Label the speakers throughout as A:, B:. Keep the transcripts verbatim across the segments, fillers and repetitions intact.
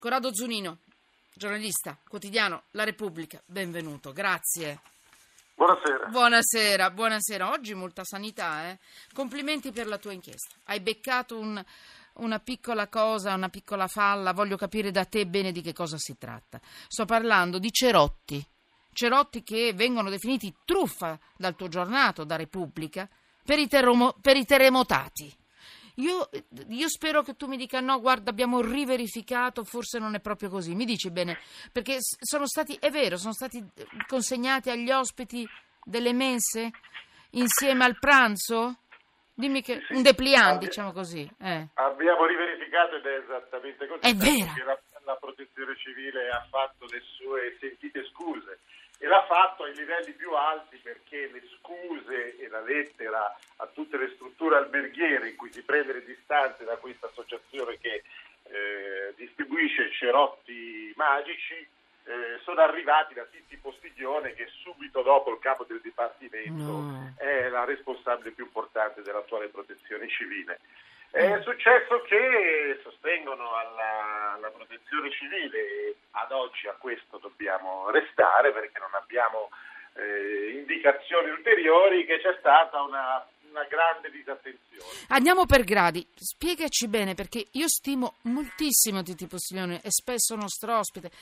A: Corrado Zunino, giornalista, quotidiano La Repubblica, benvenuto, grazie.
B: Buonasera.
A: Buonasera, buonasera. Oggi molta sanità, eh? Complimenti per la tua inchiesta. Hai beccato un, una piccola cosa, una piccola falla, voglio capire da te bene di che cosa si tratta. Sto parlando di cerotti, cerotti che vengono definiti truffa dal tuo giornato, da Repubblica, per i, terremo- per i terremotati. Io, io spero che tu mi dica no, guarda, abbiamo riverificato, forse non è proprio così. Mi dici bene, perché sono stati, è vero, sono stati consegnati agli ospiti delle mense insieme al pranzo? Dimmi che un dépliant,
B: Abbi-
A: diciamo così. Eh.
B: Abbiamo riverificato ed è esattamente così.
A: È vera.
B: Che la, la Protezione Civile ha fatto le sue sentite scuse e l'ha fatto ai livelli più alti, perché le scuse e la lettera a tutte le strutture alberghiere in cui si prende le distanze da questa associazione che eh, distribuisce cerotti magici eh, sono arrivati da Titti Postiglione, che subito dopo il capo del Dipartimento
A: No.
B: è la responsabile più importante dell'attuale Protezione Civile. È successo che sostengono alla, alla Protezione Civile e ad oggi a questo dobbiamo restare, perché non abbiamo eh, indicazioni ulteriori, che c'è stata una, una grande disattenzione.
A: Andiamo per gradi, spiegaci bene, perché io stimo moltissimo Titti Postiglione, è spesso nostro ospite.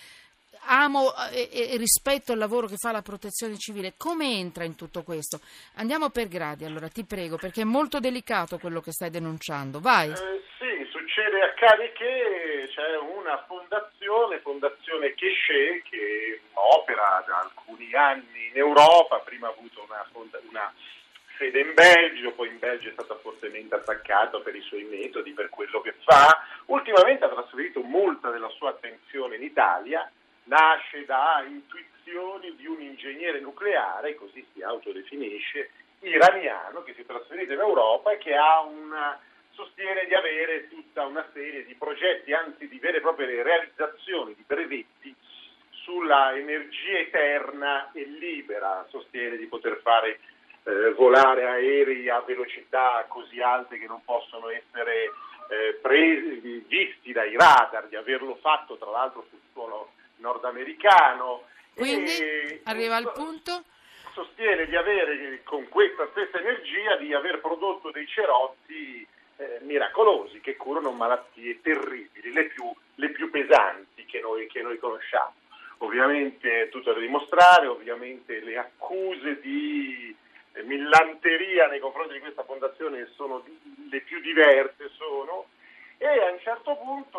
A: Amo e, e rispetto il lavoro che fa la Protezione Civile. Come entra in tutto questo? Andiamo per gradi, allora, ti prego, perché è molto delicato quello che stai denunciando. Vai.
B: Eh, sì, succede, accade che c'è una fondazione, Fondazione Keshe, che opera da alcuni anni in Europa. Prima ha avuto una, fonda- una sede in Belgio, poi in Belgio è stata fortemente attaccata per i suoi metodi, per quello che fa. Ultimamente ha trasferito molta della sua attenzione in Italia. Nasce da intuizioni di un ingegnere nucleare, così si autodefinisce, iraniano, che si è trasferito in Europa e che ha una, sostiene di avere tutta una serie di progetti, anzi di vere e proprie realizzazioni di brevetti sulla energia eterna e libera. Sostiene di poter fare eh, volare aerei a velocità così alte che non possono essere eh, presi, visti dai radar, di averlo fatto tra l'altro sul suolo nordamericano.
A: Quindi
B: e
A: arriva al punto?
B: Sostiene di avere, con questa stessa energia, di aver prodotto dei cerotti eh, miracolosi che curano malattie terribili, le più, le più pesanti che noi, che noi conosciamo. Ovviamente è tutto da dimostrare, ovviamente le accuse di eh, millanteria nei confronti di questa fondazione sono le più diverse sono, e a un certo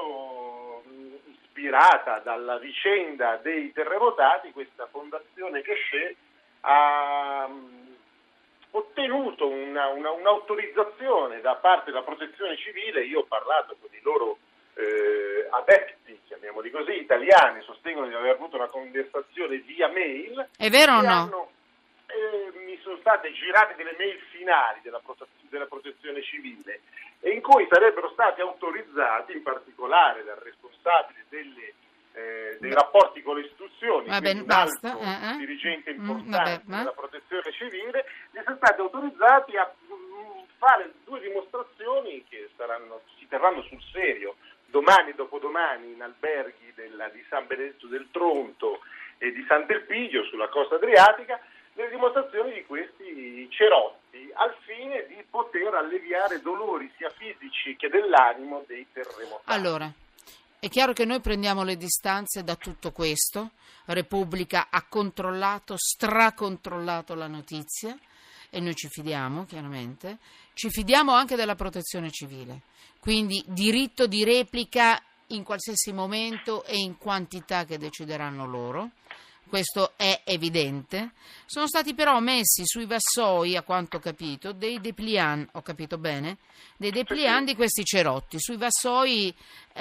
B: punto, ispirata dalla vicenda dei terremotati, questa fondazione Keshe ha ottenuto una, una, un'autorizzazione da parte della Protezione Civile. Io ho parlato con i loro eh, adepti, chiamiamoli così, italiani, sostengono di aver avuto una conversazione via mail.
A: È vero o no?
B: Hanno, eh, mi sono state girate delle mail finali della, prote- della Protezione Civile, e in cui sarebbero stati autorizzati, in particolare dal responsabile delle, eh, dei rapporti con le istituzioni,
A: Vabbè,
B: un
A: basta,
B: alto
A: eh, eh.
B: dirigente
A: Mm,
B: importante
A: vabbè,
B: della Protezione Civile, gli sono stati autorizzati a mm, fare due dimostrazioni che saranno, si terranno sul serio domani e dopodomani in alberghi della, di San Benedetto del Tronto e di Sant'Elpidio sulla costa adriatica, le dimostrazioni di questi cerotti, al fine di poter alleviare dolori sia fisici che dell'animo dei terremotati.
A: Allora, è chiaro che noi prendiamo le distanze da tutto questo. Repubblica ha controllato, stracontrollato la notizia e noi ci fidiamo, chiaramente. Ci fidiamo anche della Protezione Civile. Quindi diritto di replica in qualsiasi momento e in quantità che decideranno loro. Questo è evidente. Sono stati però messi sui vassoi, a quanto ho capito, dei dépliant, ho capito bene, dei dépliant di questi cerotti, sui vassoi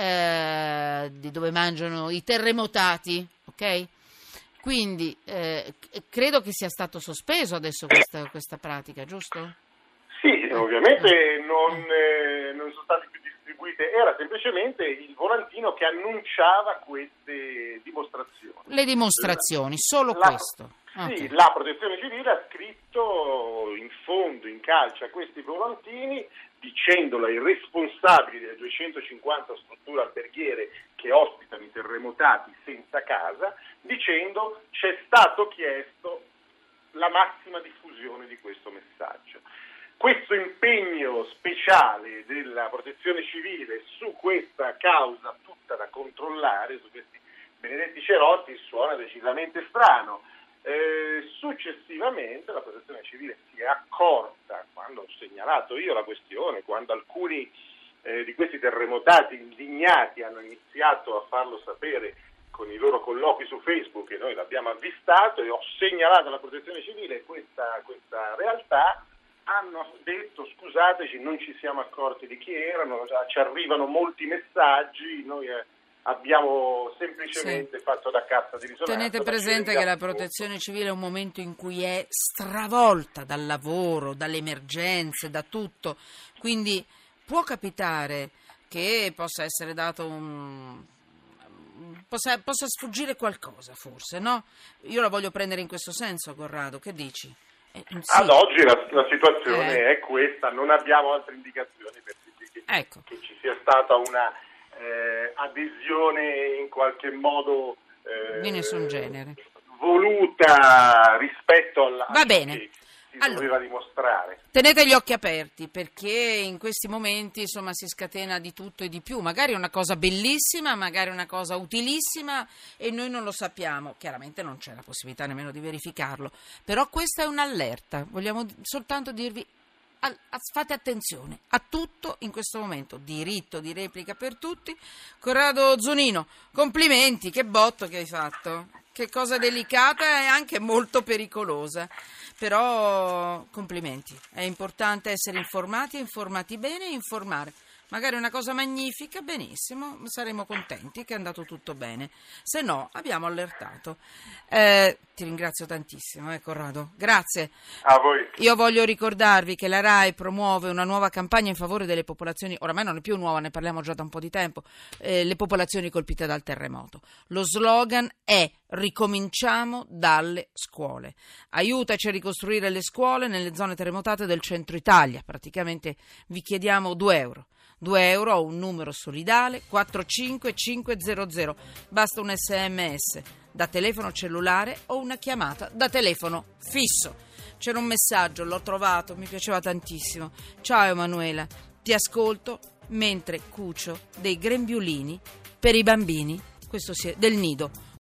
A: eh, di dove mangiano i terremotati, ok? Quindi eh, credo che sia stato sospeso adesso questa, questa pratica, giusto?
B: Sì, ovviamente non, eh, non sono stati più distribuite, era semplicemente il volantino che annunciava queste dimostrazioni.
A: Le dimostrazioni, solo
B: la,
A: questo.
B: Sì,
A: Okay.
B: La Protezione Civile ha scritto in fondo, in calce a questi volantini, dicendolo ai responsabili delle duecentocinquanta strutture alberghiere che ospitano i terremotati senza casa, dicendo c'è stato chiesto la massima diffusione di questo messaggio. Questo impegno speciale della Protezione Civile su questa causa tutta da controllare, su questi benedetti cerotti, suona decisamente strano. Eh, successivamente la Protezione Civile si è accorta, quando ho segnalato io la questione, quando alcuni eh, di questi terremotati indignati hanno iniziato a farlo sapere con i loro colloqui su Facebook, e noi l'abbiamo avvistato e ho segnalato alla Protezione Civile questa, questa realtà, hanno detto scusateci, non ci siamo accorti di chi erano, ci arrivano molti messaggi, noi eh, abbiamo semplicemente sì. fatto da cassa di risonanza.
A: Tenete presente che la Protezione Civile è un momento in cui è stravolta dal lavoro, dalle emergenze, da tutto, quindi può capitare che possa essere dato un... possa, possa sfuggire qualcosa forse, no? Io la voglio prendere in questo senso, Corrado, che dici? Eh, sì.
B: Ad oggi la, la situazione eh. è questa, non abbiamo altre indicazioni per dire che,
A: ecco.
B: che ci sia stata una eh, adesione in qualche modo eh,
A: di nessun genere
B: voluta rispetto alla
A: Va bene.
B: che si
A: allora,
B: doveva dimostrare.
A: Tenete gli occhi aperti, perché in questi momenti insomma si scatena di tutto e di più, magari una cosa bellissima, magari una cosa utilissima e noi non lo sappiamo, chiaramente non c'è la possibilità nemmeno di verificarlo, però questa è un'allerta, vogliamo soltanto dirvi fate attenzione a tutto in questo momento, diritto di replica per tutti. Corrado Zunino, complimenti, che botto che hai fatto, che cosa delicata e anche molto pericolosa, però complimenti, è importante essere informati, informati bene e informare. Magari una cosa magnifica, benissimo, saremo contenti che è andato tutto bene. Se no, abbiamo allertato. Eh, ti ringrazio tantissimo, eh, Corrado. Grazie.
B: A voi.
A: Io voglio ricordarvi che la RAI promuove una nuova campagna in favore delle popolazioni, oramai non è più nuova, ne parliamo già da un po' di tempo, eh, le popolazioni colpite dal terremoto. Lo slogan è ricominciamo dalle scuole. Aiutaci a ricostruire le scuole nelle zone terremotate del centro Italia. Praticamente vi chiediamo due euro. due euro a un numero solidale quattro cinque cinque zero zero. Basta un sms da telefono cellulare o una chiamata da telefono fisso. C'era un messaggio, l'ho trovato, mi piaceva tantissimo. Ciao Emanuela, ti ascolto mentre cucio dei grembiulini per i bambini, questo sì, del nido.